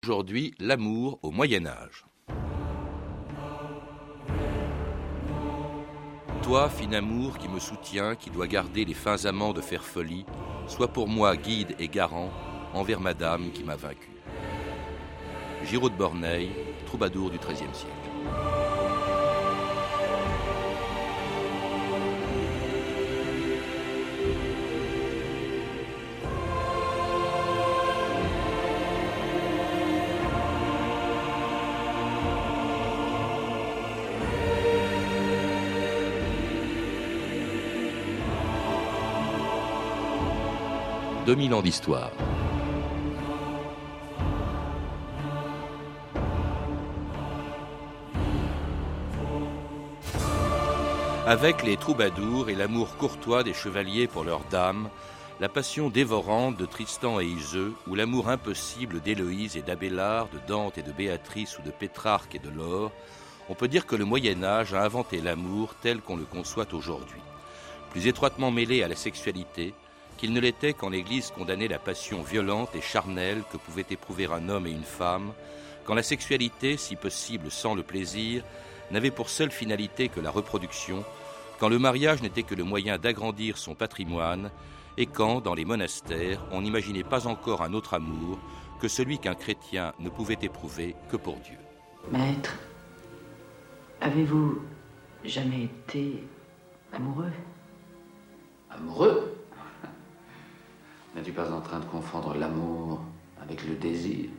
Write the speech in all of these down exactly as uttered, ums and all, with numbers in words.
Aujourd'hui, l'amour au Moyen-Âge. Toi, fin amour qui me soutient, qui doit garder les fins amants de faire folie, sois pour moi guide et garant envers madame qui m'a vaincu. Giraud de Borneille, troubadour du treizième siècle. deux mille ans d'histoire. Avec les troubadours et l'amour courtois des chevaliers pour leurs dames, la passion dévorante de Tristan et Iseux, ou l'amour impossible d'Héloïse et d'Abélard, de Dante et de Béatrice, ou de Pétrarque et de Laure, on peut dire que le Moyen-Âge a inventé l'amour tel qu'on le conçoit aujourd'hui. Plus étroitement mêlé à la sexualité, qu'il ne l'était quand l'Église condamnait la passion violente et charnelle que pouvaient éprouver un homme et une femme, quand la sexualité, si possible sans le plaisir, n'avait pour seule finalité que la reproduction, quand le mariage n'était que le moyen d'agrandir son patrimoine, et quand, dans les monastères, on n'imaginait pas encore un autre amour que celui qu'un chrétien ne pouvait éprouver que pour Dieu. Maître, avez-vous jamais été amoureux? Amoureux? N'es-tu pas en train de confondre l'amour avec le désir?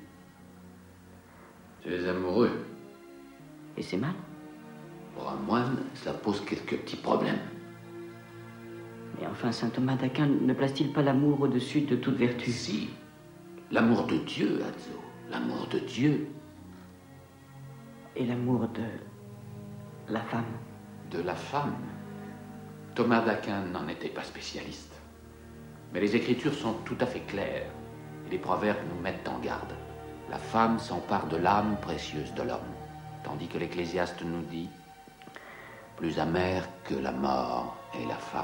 Tu es amoureux. Et c'est mal? Pour un moine, cela pose quelques petits problèmes. Mais enfin, saint Thomas d'Aquin ne place-t-il pas l'amour au-dessus de toute vertu? Si. L'amour de Dieu, Azzo. L'amour de Dieu. Et l'amour de la femme? De la femme. Thomas d'Aquin n'en était pas spécialiste. Mais les Écritures sont tout à fait claires, et les proverbes nous mettent en garde. La femme s'empare de l'âme précieuse de l'homme, tandis que l'Ecclésiaste nous dit « Plus amère que la mort est la femme ».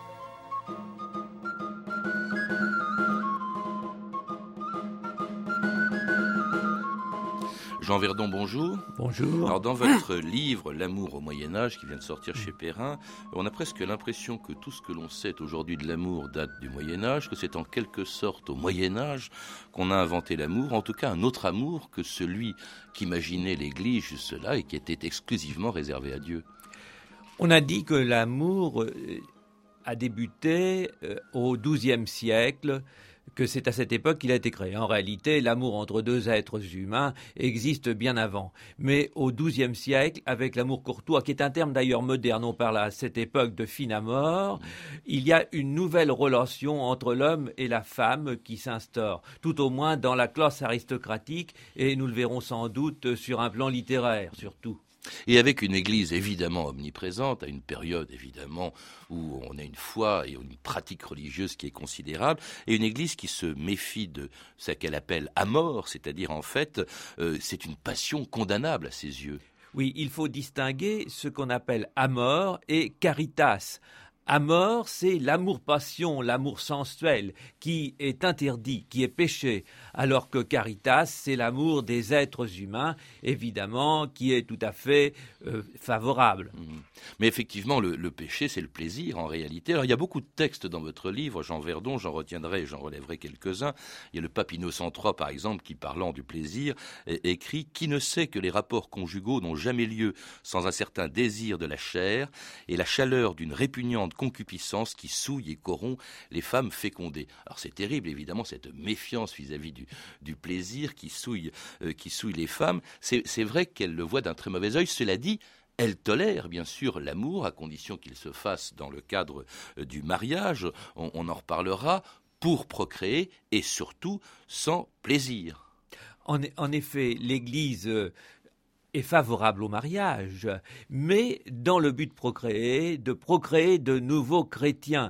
Jean Verdon, bonjour. Bonjour. Alors, dans votre livre « L'amour au Moyen-Âge » qui vient de sortir chez Perrin, on a presque l'impression que tout ce que l'on sait aujourd'hui de l'amour date du Moyen-Âge, que c'est en quelque sorte au Moyen-Âge qu'on a inventé l'amour, en tout cas un autre amour que celui qu'imaginait l'Église jusque-là et qui était exclusivement réservé à Dieu. On a dit que l'amour a débuté au douzième siècle, que c'est à cette époque qu'il a été créé. En réalité, l'amour entre deux êtres humains existe bien avant. Mais au douzième siècle, avec l'amour courtois, qui est un terme d'ailleurs moderne, on parle à cette époque de fin amour, il y a une nouvelle relation entre l'homme et la femme qui s'instaure, tout au moins dans la classe aristocratique, et nous le verrons sans doute sur un plan littéraire, surtout. Et avec une église évidemment omniprésente, à une période évidemment où on a une foi et une pratique religieuse qui est considérable, et une église qui se méfie de ce qu'elle appelle amor, c'est-à-dire en fait, euh, c'est une passion condamnable à ses yeux. Oui, il faut distinguer ce qu'on appelle amor et caritas. Amor, c'est l'amour-passion, l'amour sensuel, qui est interdit, qui est péché, alors que caritas, c'est l'amour des êtres humains, évidemment, qui est tout à fait euh, favorable. Mmh. Mais effectivement, le, le péché, c'est le plaisir, en réalité. Alors, il y a beaucoup de textes dans votre livre, Jean Verdon, j'en retiendrai, j'en relèverai quelques-uns. Il y a le pape Innocent trois, par exemple, qui, parlant du plaisir, écrit « Qui ne sait que les rapports conjugaux n'ont jamais lieu sans un certain désir de la chair et la chaleur d'une répugnante concupiscence qui souille et corrompt les femmes fécondées. » Alors c'est terrible, évidemment, cette méfiance vis-à-vis du, du plaisir qui souille, euh, qui souille les femmes. C'est, c'est vrai qu'elles le voient d'un très mauvais œil. Cela dit, elle tolère bien sûr l'amour, à condition qu'il se fasse dans le cadre euh, du mariage, on, on en reparlera, pour procréer et surtout sans plaisir. En, en effet, l'Église... Euh, est favorable au mariage, mais dans le but de procréer, de procréer de nouveaux chrétiens.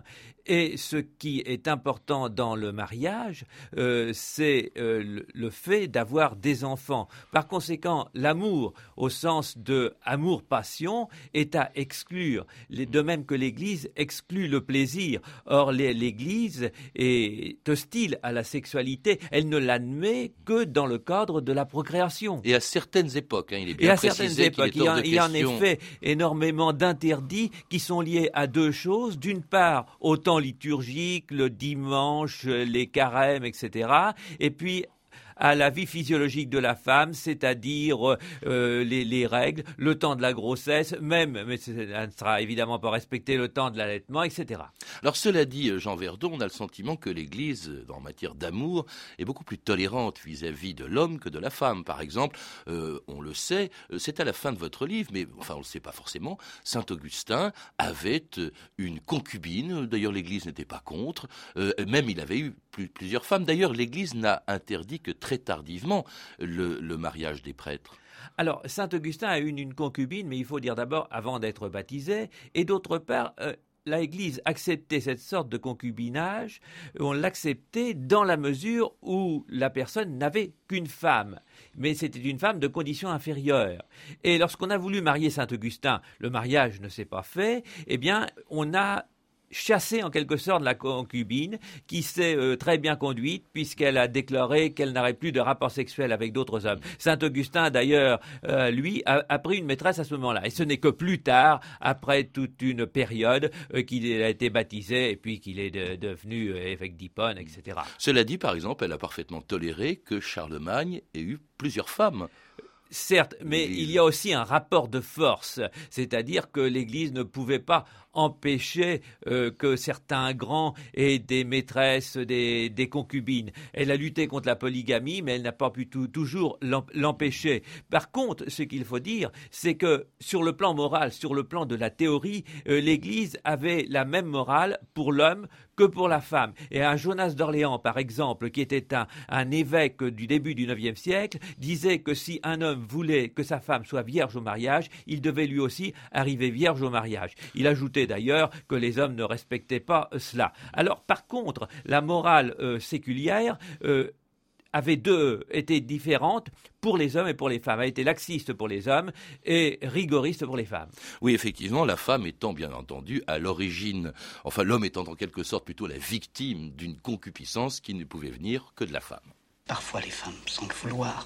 Et ce qui est important dans le mariage, euh, c'est euh, le, le fait d'avoir des enfants. Par conséquent, l'amour, au sens de amour-passion, est à exclure, de même que l'Église exclut le plaisir. Or, l'Église est hostile à la sexualité. Elle ne l'admet que dans le cadre de la procréation. Et à certaines époques, hein, il est bien Et à précisé certaines époques, qu'il est hors de il y a en question. effet énormément d'interdits qui sont liés à deux choses. D'une part, au temps liturgique, le dimanche, les carêmes, et cetera. Et puis à la vie physiologique de la femme, c'est-à-dire euh, les, les règles, le temps de la grossesse, même, mais ça ne sera évidemment pas respecté, le temps de l'allaitement, et cetera. Alors cela dit, Jean Verdon, on a le sentiment que l'Église, en matière d'amour, est beaucoup plus tolérante vis-à-vis de l'homme que de la femme. Par exemple, euh, on le sait, c'est à la fin de votre livre, mais enfin on ne le sait pas forcément, saint Augustin avait une concubine, d'ailleurs l'Église n'était pas contre, euh, même il avait eu plus, plusieurs femmes. D'ailleurs l'Église n'a interdit que très tardivement le, le mariage des prêtres. Alors, saint Augustin a eu une, une concubine, mais il faut dire d'abord avant d'être baptisé, et d'autre part, euh, l'Église acceptait cette sorte de concubinage, on l'acceptait dans la mesure où la personne n'avait qu'une femme, mais c'était une femme de condition inférieure. Et lorsqu'on a voulu marier saint Augustin, le mariage ne s'est pas fait, eh bien, on a chassé en quelque sorte la concubine qui s'est euh, très bien conduite puisqu'elle a déclaré qu'elle n'aurait plus de rapport sexuel avec d'autres hommes. Saint Augustin d'ailleurs, euh, lui, a, a pris une maîtresse à ce moment-là. Et ce n'est que plus tard, après toute une période, euh, qu'il a été baptisé et puis qu'il est de, devenu euh, évêque d'Hippone, et cetera. Cela dit, par exemple, elle a parfaitement toléré que Charlemagne ait eu plusieurs femmes. Certes, mais il y a aussi un rapport de force, c'est-à-dire que l'Église ne pouvait pas empêcher euh, que certains grands aient des maîtresses, des, des concubines. Elle a lutté contre la polygamie, mais elle n'a pas pu tout, toujours l'empêcher. Par contre, ce qu'il faut dire, c'est que sur le plan moral, sur le plan de la théorie, euh, l'Église avait la même morale pour l'homme que pour la femme. Et un Jonas d'Orléans, par exemple, qui était un, un évêque du début du neuvième siècle, disait que si un homme voulait que sa femme soit vierge au mariage, il devait lui aussi arriver vierge au mariage. Il ajoutait d'ailleurs que les hommes ne respectaient pas cela. Alors, par contre, la morale euh, séculière euh, avait deux, était différente pour les hommes et pour les femmes. Elle était laxiste pour les hommes et rigoriste pour les femmes. Oui, effectivement, la femme étant bien entendu à l'origine, enfin l'homme étant en quelque sorte plutôt la victime d'une concupiscence qui ne pouvait venir que de la femme. Parfois les femmes, sans le vouloir,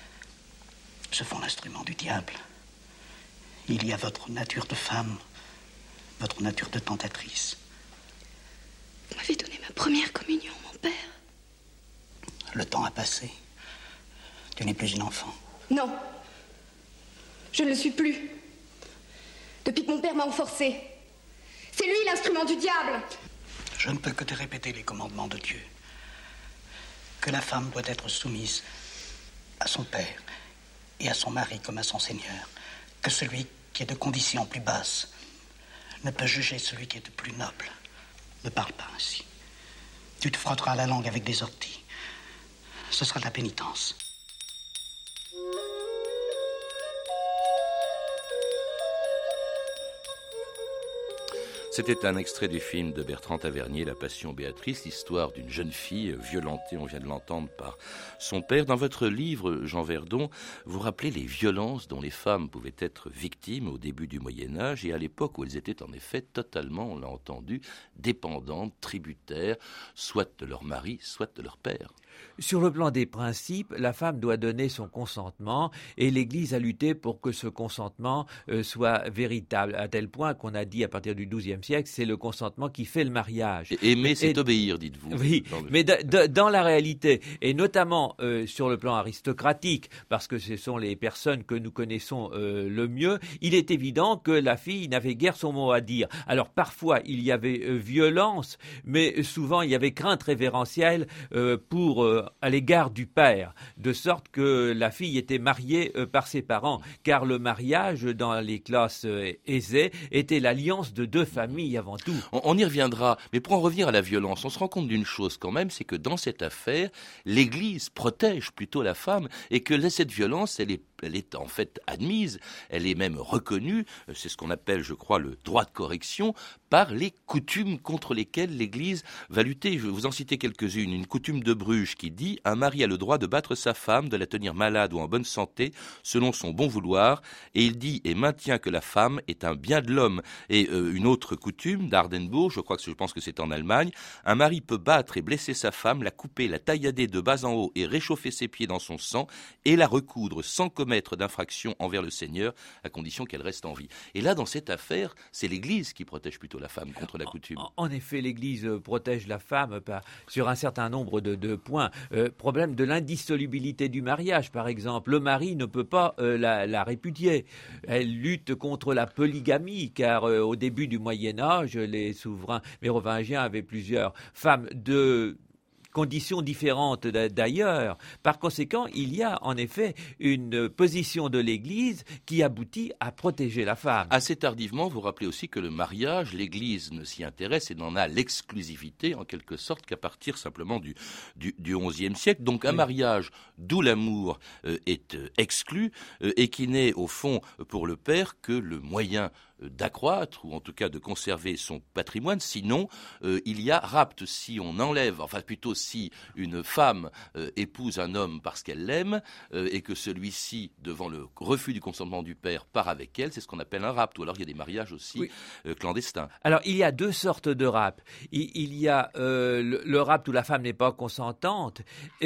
se font l'instrument du diable. Il y a votre nature de femme, votre nature de tentatrice. Vous m'avez donné ma première communion, mon père. Le temps a passé. Tu n'es plus une enfant. Non. Je ne le suis plus. Depuis que mon père m'a enforcée. C'est lui l'instrument du diable. Je ne peux que te répéter les commandements de Dieu. Que la femme doit être soumise à son père et à son mari comme à son Seigneur. Que celui qui est de condition plus basse ne peut juger celui qui est de plus noble. Ne parle pas ainsi. Tu te frotteras la langue avec des orties. Ce sera de la pénitence. C'était un extrait du film de Bertrand Tavernier, La Passion Béatrice, l'histoire d'une jeune fille violentée, on vient de l'entendre, par son père. Dans votre livre, Jean Verdon, vous rappelez les violences dont les femmes pouvaient être victimes au début du Moyen-Âge et à l'époque où elles étaient en effet totalement, on l'a entendu, dépendantes, tributaires, soit de leur mari, soit de leur père. Sur le plan des principes, la femme doit donner son consentement et l'Église a lutté pour que ce consentement euh, soit véritable, à tel point qu'on a dit à partir du douzième siècle, c'est le consentement qui fait le mariage. Et aimer, c'est et, obéir, dites-vous. Oui, le... mais de, de, dans la réalité, et notamment euh, sur le plan aristocratique, parce que ce sont les personnes que nous connaissons euh, le mieux, il est évident que la fille n'avait guère son mot à dire. Alors parfois, il y avait euh, violence, mais souvent, il y avait crainte révérentielle euh, pour... Euh, à l'égard du père, de sorte que la fille était mariée euh, par ses parents, car le mariage dans les classes euh, aisées était l'alliance de deux familles avant tout. On, on y reviendra, mais pour en revenir à la violence, on se rend compte d'une chose quand même, c'est que dans cette affaire, l'Église protège plutôt la femme et que cette violence, elle est elle est en fait admise, elle est même reconnue, c'est ce qu'on appelle, je crois, le droit de correction, par les coutumes contre lesquelles l'Église va lutter. Je vais vous en citer quelques-unes. Une coutume de Bruges qui dit « Un mari a le droit de battre sa femme, de la tenir malade ou en bonne santé, selon son bon vouloir, et il dit et maintient que la femme est un bien de l'homme. » Et euh, une autre coutume d'Ardenbourg, je crois que je pense que c'est en Allemagne, « Un mari peut battre et blesser sa femme, la couper, la taillader de bas en haut et réchauffer ses pieds dans son sang, et la recoudre sans commettre d'infraction envers le Seigneur, à condition qu'elle reste en vie. » Et là, dans cette affaire, c'est l'Église qui protège plutôt la femme contre la coutume. En, en effet, l'Église protège la femme par, sur un certain nombre de, de points. Euh, problème de l'indissolubilité du mariage, par exemple. Le mari ne peut pas euh, la, la répudier. Elle lutte contre la polygamie, car euh, au début du Moyen-Âge, les souverains mérovingiens avaient plusieurs femmes de conditions différentes d'ailleurs. Par conséquent, il y a en effet une position de l'Église qui aboutit à protéger la femme. Assez tardivement, vous rappelez aussi que le mariage, l'Église ne s'y intéresse et n'en a l'exclusivité en quelque sorte qu'à partir simplement du, du, du onzième siècle. Donc un oui. mariage d'où l'amour euh, est euh, exclu euh, et qui n'est au fond pour le père que le moyen d'accroître ou en tout cas de conserver son patrimoine, sinon euh, il y a rapt. Si on enlève, enfin plutôt si une femme euh, épouse un homme parce qu'elle l'aime euh, et que celui-ci, devant le refus du consentement du père, part avec elle, c'est ce qu'on appelle un rapt. Ou alors il y a des mariages aussi oui. euh, clandestins. Alors il y a deux sortes de rapt. Il, il y a euh, le, le rapt où la femme n'est pas consentante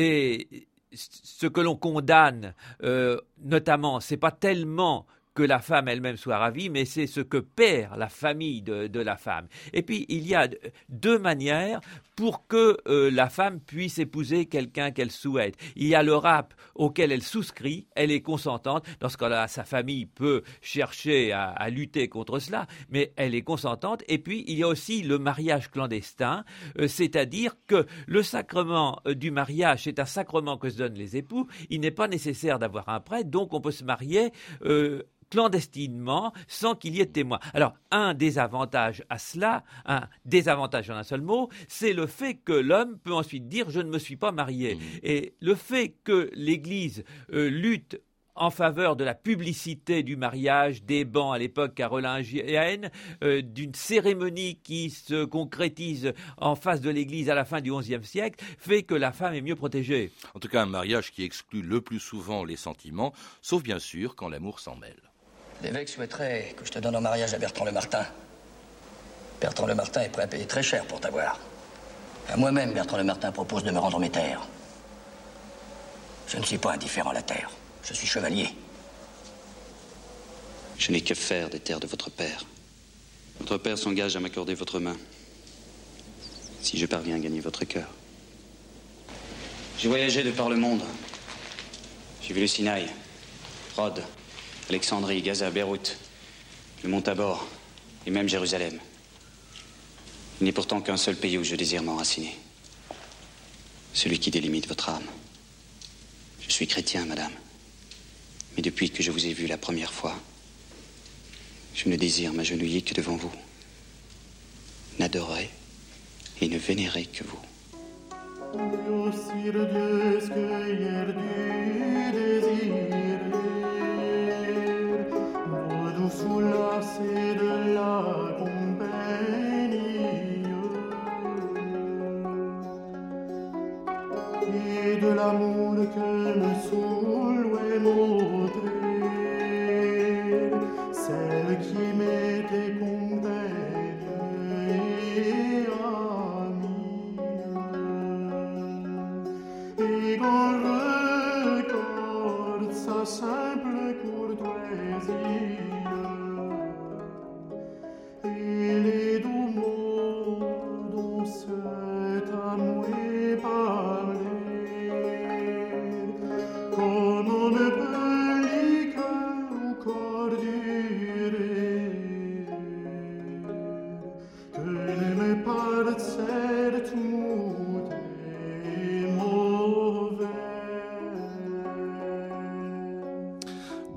et ce que l'on condamne euh, notamment, c'est pas tellement que la femme elle-même soit ravie, mais c'est ce que perd la famille de, de la femme. Et puis, il y a deux manières pour que euh, la femme puisse épouser quelqu'un qu'elle souhaite. Il y a le rapt auquel elle souscrit, elle est consentante. Dans ce cas-là, sa famille peut chercher à, à lutter contre cela, mais elle est consentante. Et puis, il y a aussi le mariage clandestin, euh, c'est-à-dire que le sacrement euh, du mariage, c'est un sacrement que se donnent les époux. Il n'est pas nécessaire d'avoir un prêtre, donc on peut se marier euh, clandestinement, sans qu'il y ait de témoins. Alors, un désavantage à cela, un désavantage en un seul mot, c'est le fait que l'homme peut ensuite dire « je ne me suis pas marié mmh. ». Et le fait que l'Église euh, lutte en faveur de la publicité du mariage, des bans à l'époque carolingienne, euh, d'une cérémonie qui se concrétise en face de l'Église à la fin du onzième siècle, fait que la femme est mieux protégée. En tout cas, un mariage qui exclut le plus souvent les sentiments, sauf bien sûr quand l'amour s'en mêle. L'évêque souhaiterait que je te donne en mariage à Bertrand Le Martin. Bertrand Le Martin est prêt à payer très cher pour t'avoir. À moi-même, Bertrand Le Martin propose de me rendre mes terres. Je ne suis pas indifférent à la terre. Je suis chevalier. Je n'ai que faire des terres de votre père. Votre père s'engage à m'accorder votre main, si je parviens à gagner votre cœur. J'ai voyagé de par le monde. J'ai vu le Sinaï, Rhodes, Alexandrie, Gaza, Beyrouth, le mont Tabor et même Jérusalem. Il n'est pourtant qu'un seul pays où je désire m'enraciner. Celui qui délimite votre âme. Je suis chrétien, madame. Mais depuis que je vous ai vu la première fois, je ne désire m'agenouiller que devant vous, n'adorer et ne vénérer que vous. Et de l'amour que me souhait montrer, celle qui m'était compagne et amie. Et qu'on recorde sa simple courtoisie et les doux mots dont cet amour est parlé.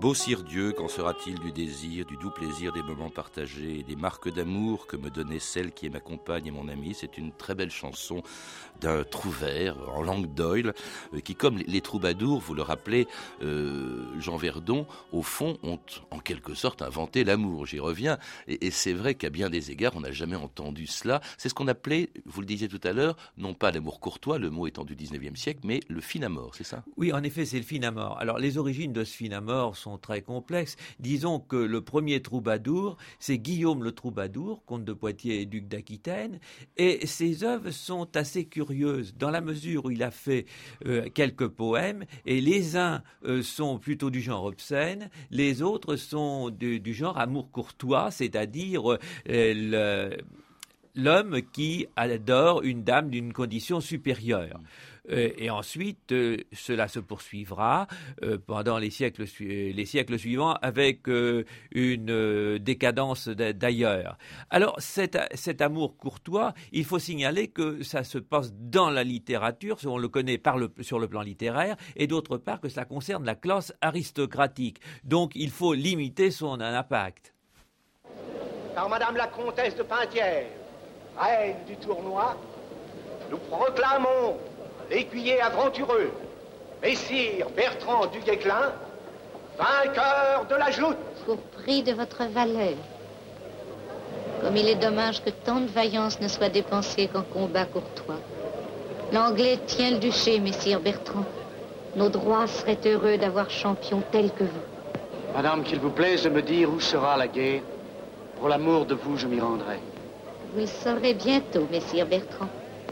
Beau sire Dieu, qu'en sera-t-il du désir, du doux plaisir des moments partagés et des marques d'amour que me donnait celle qui est ma compagne et mon amie. C'est une très belle chanson d'un trouvère en langue d'Oil euh, qui, comme les troubadours, vous le rappelez, euh, Jean Verdon, au fond, ont en quelque sorte inventé l'amour. J'y reviens. Et, et c'est vrai qu'à bien des égards, on n'a jamais entendu cela. C'est ce qu'on appelait, vous le disiez tout à l'heure, non pas l'amour courtois, le mot étant du dix-neuvième siècle, mais le fin amour, c'est ça? Oui, en effet, c'est le fin amour. Alors, les origines de ce fin amour sont très complexes. Disons que le premier troubadour, c'est Guillaume le Troubadour, comte de Poitiers et duc d'Aquitaine, et ses œuvres sont assez curieuses dans la mesure où il a fait euh, quelques poèmes, et les uns euh, sont plutôt du genre obscène, les autres sont du, du genre amour courtois, c'est-à-dire euh, le, l'homme qui adore une dame d'une condition supérieure. Euh, et ensuite, euh, cela se poursuivra euh, pendant les siècles, su- les siècles suivants avec euh, une euh, décadence d'ailleurs. Alors, cet, cet amour courtois, il faut signaler que ça se passe dans la littérature, on le connaît par le, sur le plan littéraire, et d'autre part que ça concerne la classe aristocratique. Donc, il faut limiter son impact. Par Madame la Comtesse de Penthièvre, reine du tournoi, nous proclamons l'écuyer aventureux, Messire Bertrand du Guesclin, vainqueur de la joute. Pour prix de votre valeur. Comme il est dommage que tant de vaillance ne soit dépensée qu'en combat courtois. L'Anglais tient le duché, Messire Bertrand. Nos droits seraient heureux d'avoir champion tel que vous. Madame, qu'il vous plaise de me dire où sera la guerre. Pour l'amour de vous, je m'y rendrai. Vous le saurez bientôt, Messire Bertrand.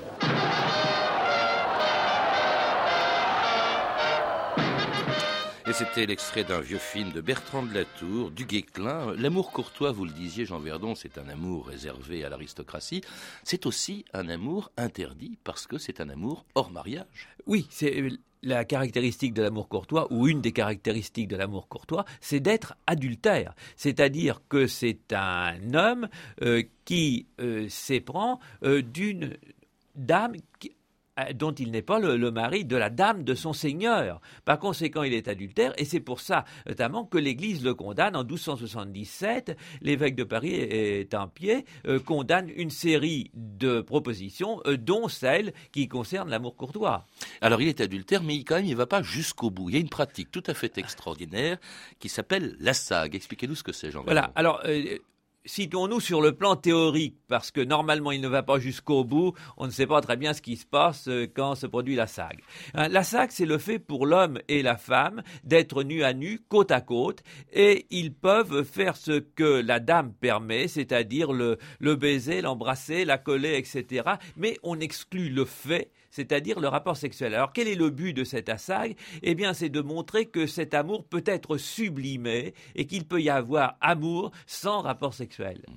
Et c'était l'extrait d'un vieux film de Bertrand de Latour, du Guesclin. L'amour courtois, vous le disiez, Jean Verdon, c'est un amour réservé à l'aristocratie. C'est aussi un amour interdit parce que c'est un amour hors mariage. Oui, c'est la caractéristique de l'amour courtois, ou une des caractéristiques de l'amour courtois, c'est d'être adultère. C'est-à-dire que c'est un homme euh, qui euh, s'éprend euh, d'une dame qui, dont il n'est pas le, le mari de la dame de son seigneur. Par conséquent, il est adultère, et c'est pour ça, notamment, que l'Église le condamne. En douze cent soixante-dix-sept, l'évêque de Paris est en pied, euh, condamne une série de propositions, euh, dont celle qui concerne l'amour courtois. Alors, il est adultère, mais il, quand même, il ne va pas jusqu'au bout. Il y a une pratique tout à fait extraordinaire qui s'appelle la sague. Expliquez-nous ce que c'est, Jean Verdon. Voilà, alors... Euh, Citons-nous sur le plan théorique, parce que normalement il ne va pas jusqu'au bout, on ne sait pas très bien ce qui se passe quand se produit la sague. La sague, c'est le fait pour l'homme et la femme d'être nus à nu, côte à côte, et ils peuvent faire ce que la dame permet, c'est-à-dire le, le baiser, l'embrasser, la coller, et cetera. Mais on exclut le fait, c'est-à-dire le rapport sexuel. Alors quel est le but de cette sague ? Eh bien, c'est de montrer que cet amour peut être sublimé et qu'il peut y avoir amour sans rapport sexuel.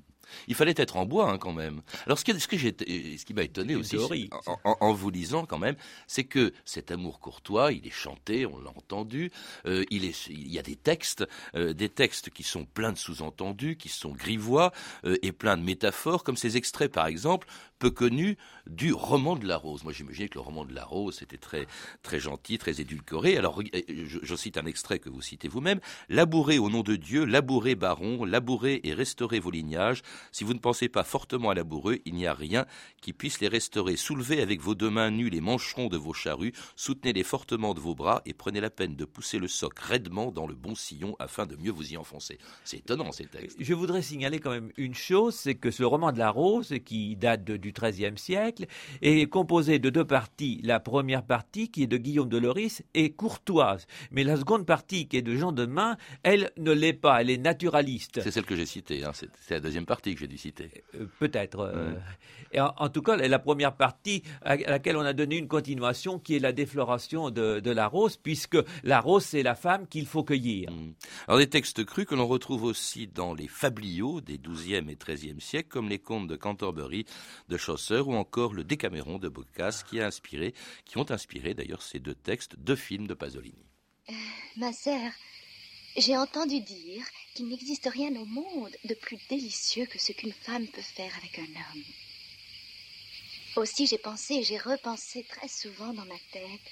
Il fallait être en bois, hein, quand même. Alors, ce, que, ce, que j'ai, ce qui m'a étonné aussi, en, en, en vous lisant, quand même, c'est que cet amour courtois, il est chanté, on l'a entendu, euh, il, est, il y a des textes, euh, des textes qui sont pleins de sous-entendus, qui sont grivois, euh, et pleins de métaphores, comme ces extraits, par exemple, peu connus du roman de la Rose. Moi, j'imaginais que le roman de la Rose, c'était très, très gentil, très édulcoré. Alors, je, je cite un extrait que vous citez vous-même. « Labourez au nom de Dieu, labourez baron, labourez et restaurez vos lignages. Si vous ne pensez pas fortement à laboureux, il n'y a rien qui puisse les restaurer. Soulevez avec vos deux mains nues les mancherons de vos charrues, soutenez-les fortement de vos bras et prenez la peine de pousser le soc raidement dans le bon sillon afin de mieux vous y enfoncer. » C'est étonnant, ces textes. Je voudrais signaler quand même une chose, c'est que ce roman de la Rose, qui date de, du treizième siècle, est composé de deux parties. La première partie, qui est de Guillaume de Lorris, est courtoise. Mais la seconde partie, qui est de Jean de Meun, elle ne l'est pas, elle est naturaliste. C'est celle que j'ai citée, hein. c'est, c'est la deuxième partie que j'ai dû citer. Euh, peut-être. Euh, mmh. Et en, en tout cas, la première partie à laquelle on a donné une continuation, qui est la défloration de, de la rose, puisque la rose, c'est la femme qu'il faut cueillir. Mmh. Alors des textes crus que l'on retrouve aussi dans les fabliaux des douzième et treizième siècles, comme les contes de Canterbury de Chaucer ou encore le Décaméron de Boccace, qui a inspiré, qui ont inspiré d'ailleurs ces deux textes de films de Pasolini. Euh, ma sœur, j'ai entendu dire qu'il n'existe rien au monde de plus délicieux que ce qu'une femme peut faire avec un homme. Aussi j'ai pensé et j'ai repensé très souvent dans ma tête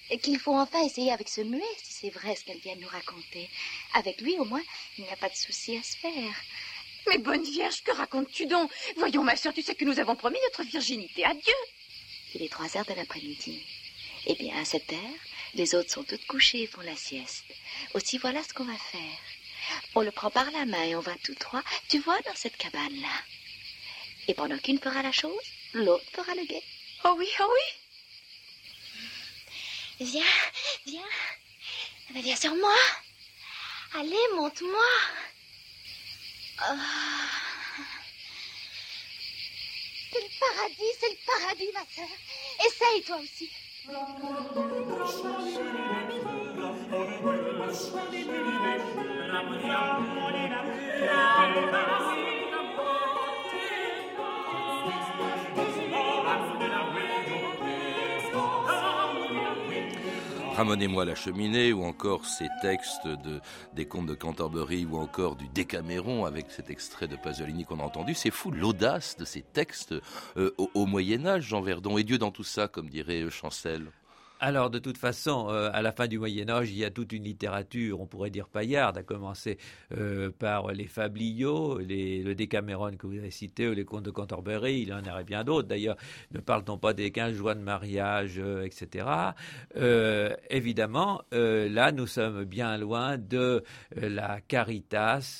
Et qu'il faut enfin essayer avec ce muet, si c'est vrai ce qu'elle vient de nous raconter. Avec lui, au moins, il n'y a pas de souci à se faire. Mais bonne vierge, que racontes-tu donc? Voyons, ma sœur, tu sais que nous avons promis notre virginité à Dieu. Il est trois heures de l'après-midi. Eh bien, à cette heure, les autres sont toutes couchées et font la sieste. Aussi, voilà ce qu'on va faire. On le prend par la main et on va tous trois, tu vois, dans cette cabane-là. Et pendant qu'une fera la chose, l'autre fera le guet. Oh oui, oh oui. Viens, viens. Mais viens sur moi. Allez, monte-moi. Oh. C'est le paradis, c'est le paradis, ma sœur. Essaye, toi aussi. Ramenez-moi la cheminée, ou encore ces textes de, des contes de Canterbury, ou encore du Décaméron avec cet extrait de Pasolini qu'on a entendu. C'est fou l'audace de ces textes euh, au, au Moyen-Âge, Jean Verdon. Et Dieu dans tout ça, comme dirait Chancel. Alors, de toute façon, euh, à la fin du Moyen-Âge, il y a toute une littérature, on pourrait dire paillarde, à commencer euh, par les Fabliaux, les, le Décaméron que vous avez cité, ou les contes de Canterbury, il y en aurait bien d'autres. D'ailleurs, ne parle-t-on pas des quinze joies de mariage, euh, et cetera. Euh, évidemment, euh, là, nous sommes bien loin de euh, la caritas,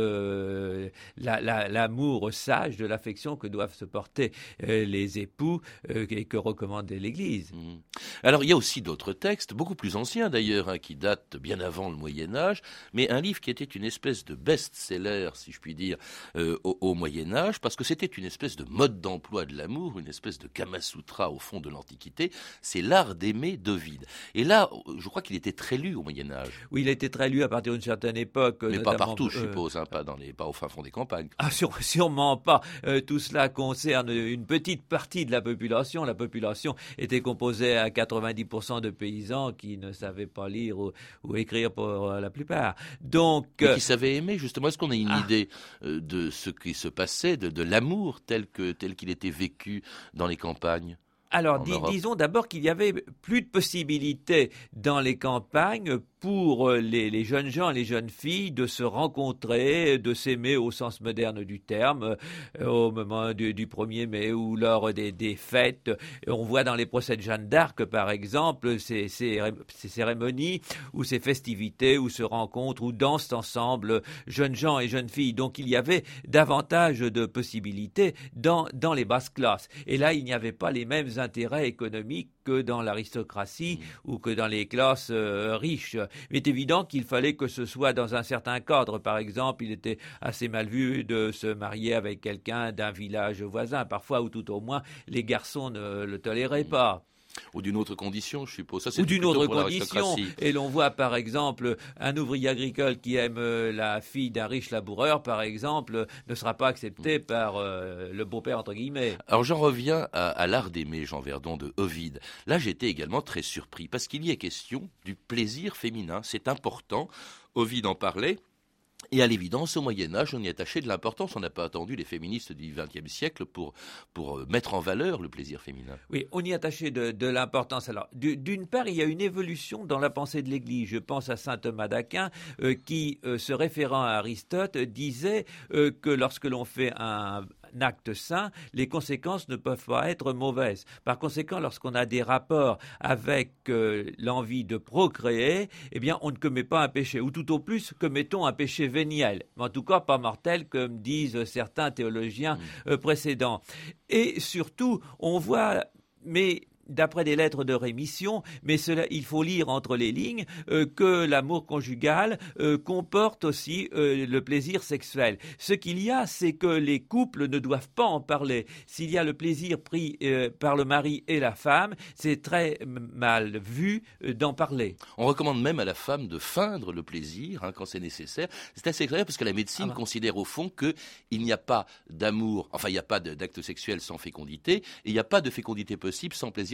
de la, la, l'amour sage, de l'affection que doivent se porter euh, les époux euh, et que recommande l'Église. Mmh. Alors, il y a aussi d'autres textes, beaucoup plus anciens d'ailleurs, hein, qui datent bien avant le Moyen-Âge, mais un livre qui était une espèce de best-seller, si je puis dire, euh, au, au Moyen-Âge, parce que c'était une espèce de mode d'emploi de l'amour, une espèce de Kama-sutra au fond de l'Antiquité, c'est L'Art d'aimer d'Ovide. Et là, je crois qu'il était très lu au Moyen-Âge. Oui, il a été très lu à partir d'une certaine époque. Mais pas partout, je suppose, hein, pas, dans les, pas au fin fond des campagnes. Ah, sur, sûrement pas. Euh, tout cela concerne une petite partie de la population. La population était composée à quatre-vingt-dix pour cent de paysans qui ne savaient pas lire ou, ou écrire pour la plupart. Donc, mais qui savaient aimer, justement. Est-ce qu'on a une ah. idée euh, de ce qui se passait, de, de l'amour tel que, tel qu'il était vécu dans les campagnes? Alors, dis, disons d'abord qu'il y avait plus de possibilités dans les campagnes pour les, les jeunes gens, les jeunes filles, de se rencontrer, de s'aimer au sens moderne du terme, euh, au moment du, du premier mai ou lors des, des fêtes. On voit dans les procès de Jeanne d'Arc, par exemple, ces, ces, ces cérémonies ou ces festivités où se rencontrent ou dansent ensemble jeunes gens et jeunes filles. Donc, il y avait davantage de possibilités dans, dans les basses classes. Et là, il n'y avait pas les mêmes intérêts économiques que dans l'aristocratie mmh. ou que dans les classes euh, riches. Il est évident qu'il fallait que ce soit dans un certain cadre. Par exemple, il était assez mal vu de se marier avec quelqu'un d'un village voisin, parfois, ou tout au moins, les garçons ne le toléraient mmh. pas. Ou d'une autre condition, je suppose. Ça, c'est ou d'une autre condition. La et l'on voit, par exemple, un ouvrier agricole qui aime la fille d'un riche laboureur, par exemple, ne sera pas accepté mmh. par euh, le beau-père, entre guillemets. Alors, j'en reviens à, à L'Art d'aimer, Jean Verdon, de Ovide. Là, j'étais également très surpris, parce qu'il y est question du plaisir féminin. C'est important. Ovide en parlait. Et à l'évidence, au Moyen-Âge, on y attachait de l'importance. On n'a pas attendu les féministes du vingtième siècle pour, pour mettre en valeur le plaisir féminin. Oui, on y attachait de, de l'importance. Alors, d'une part, il y a une évolution dans la pensée de l'Église. Je pense à saint Thomas d'Aquin, euh, qui, euh, se référant à Aristote, disait euh, que lorsque l'on fait un acte sain, les conséquences ne peuvent pas être mauvaises. Par conséquent, lorsqu'on a des rapports avec euh, l'envie de procréer, eh bien, on ne commet pas un péché, ou tout au plus, commettons un péché véniel, mais en tout cas pas mortel, comme disent certains théologiens euh, précédents. Et surtout, on voit, mais d'après des lettres de rémission, mais cela, il faut lire entre les lignes euh, que l'amour conjugal euh, comporte aussi euh, le plaisir sexuel. Ce qu'il y a, c'est que les couples ne doivent pas en parler. S'il y a le plaisir pris euh, par le mari et la femme, c'est très mal vu euh, d'en parler. On recommande même à la femme de feindre le plaisir hein, quand c'est nécessaire. C'est assez clair parce que la médecine ah ben. considère au fond qu'il n'y a pas d'amour, enfin il n'y a pas d'acte sexuel sans fécondité et il n'y a pas de fécondité possible sans plaisir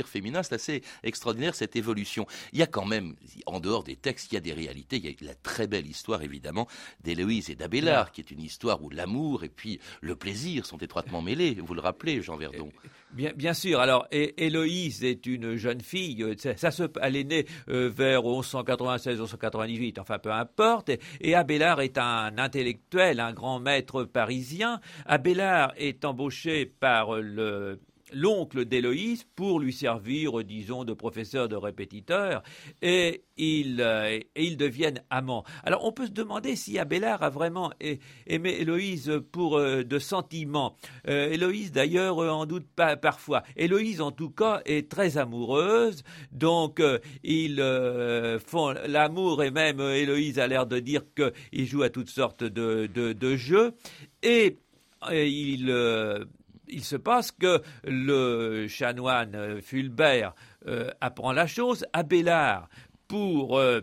désir féminin. C'est assez extraordinaire cette évolution. Il y a quand même, en dehors des textes, il y a des réalités. Il y a la très belle histoire évidemment d'Héloïse et d'Abélard, qui est une histoire où l'amour et puis le plaisir sont étroitement mêlés. Vous le rappelez, Jean Verdon. Bien, bien sûr. Alors, Héloïse est une jeune fille. Ça, ça se, elle est née euh, vers onze cent quatre-vingt-seize, onze cent quatre-vingt-dix-huit. Enfin, peu importe. Et, et Abélard est un intellectuel, un grand maître parisien. Abélard est embauché par le l'oncle d'Héloïse pour lui servir, disons, de professeur, de répétiteur, et ils, euh, et ils deviennent amants. Alors, on peut se demander si Abélard a vraiment aimé Héloïse pour euh, de sentiments. Euh, Héloïse, d'ailleurs, euh, en doute pas parfois. Héloïse, en tout cas, est très amoureuse, donc euh, ils euh, font l'amour, et même euh, Héloïse a l'air de dire qu'ils jouent à toutes sortes de, de, de jeux, et, et ils... Euh, Il se passe que le chanoine Fulbert euh, apprend la chose. Abélard, pour euh,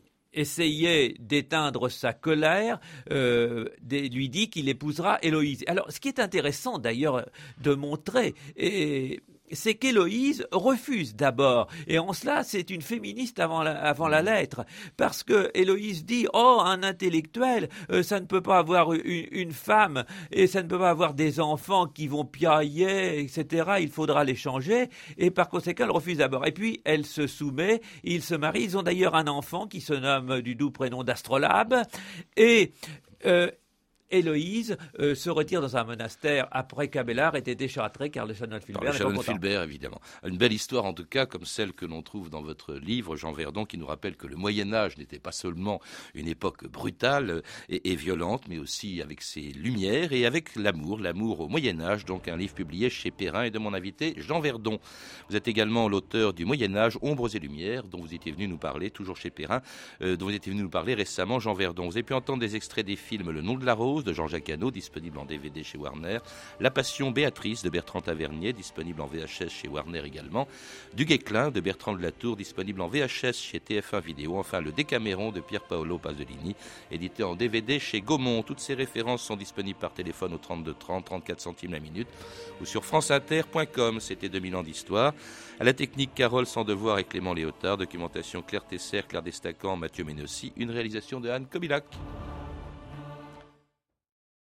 essayer d'éteindre sa colère, euh, des, lui dit qu'il épousera Héloïse. Alors, ce qui est intéressant d'ailleurs de montrer, et c'est qu'Héloïse refuse d'abord. Et en cela, c'est une féministe avant la, avant la lettre. Parce que Héloïse dit « Oh, un intellectuel, euh, ça ne peut pas avoir une, une femme et ça ne peut pas avoir des enfants qui vont piailler, et cetera. Il faudra les changer. » Et par conséquent, elle refuse d'abord. Et puis, elle se soumet, ils se marient. Ils ont d'ailleurs un enfant qui se nomme du doux prénom d'Astrolabe. Et... Euh, Héloïse euh, se retire dans un monastère après qu'Abélard ait été châtré, car le chanoine Fulbert le chanoine Fulbert, évidemment. Une belle histoire, en tout cas, comme celle que l'on trouve dans votre livre, Jean Verdon, qui nous rappelle que le Moyen-Âge n'était pas seulement une époque brutale et, et violente, mais aussi avec ses lumières et avec l'amour, l'amour au Moyen-Âge, donc un livre publié chez Perrin et de mon invité, Jean Verdon. Vous êtes également l'auteur du Moyen-Âge, Ombres et Lumières, dont vous étiez venu nous parler, toujours chez Perrin, euh, dont vous étiez venu nous parler récemment, Jean Verdon. Vous avez pu entendre des extraits des films Le Nom de la Rose, de Jean-Jacques Hano, disponible en D V D chez Warner, La Passion Béatrice de Bertrand Tavernier, disponible en V H S chez Warner également, Du Guesclin de Bertrand de Latour, disponible en V H S chez T F un Vidéo, enfin Le Décaméron de Pier Paolo Pasolini, édité en D V D chez Gaumont. Toutes ces références sont disponibles par téléphone au trente-deux trente, trente-quatre centimes la minute, ou sur franceinter point com. C'était deux mille ans d'histoire. À la technique, Carole Sandevoir et Clément Léotard, documentation Claire Tesser, Claire Destacan, Mathieu Ménossi, une réalisation de Anne Kobilac.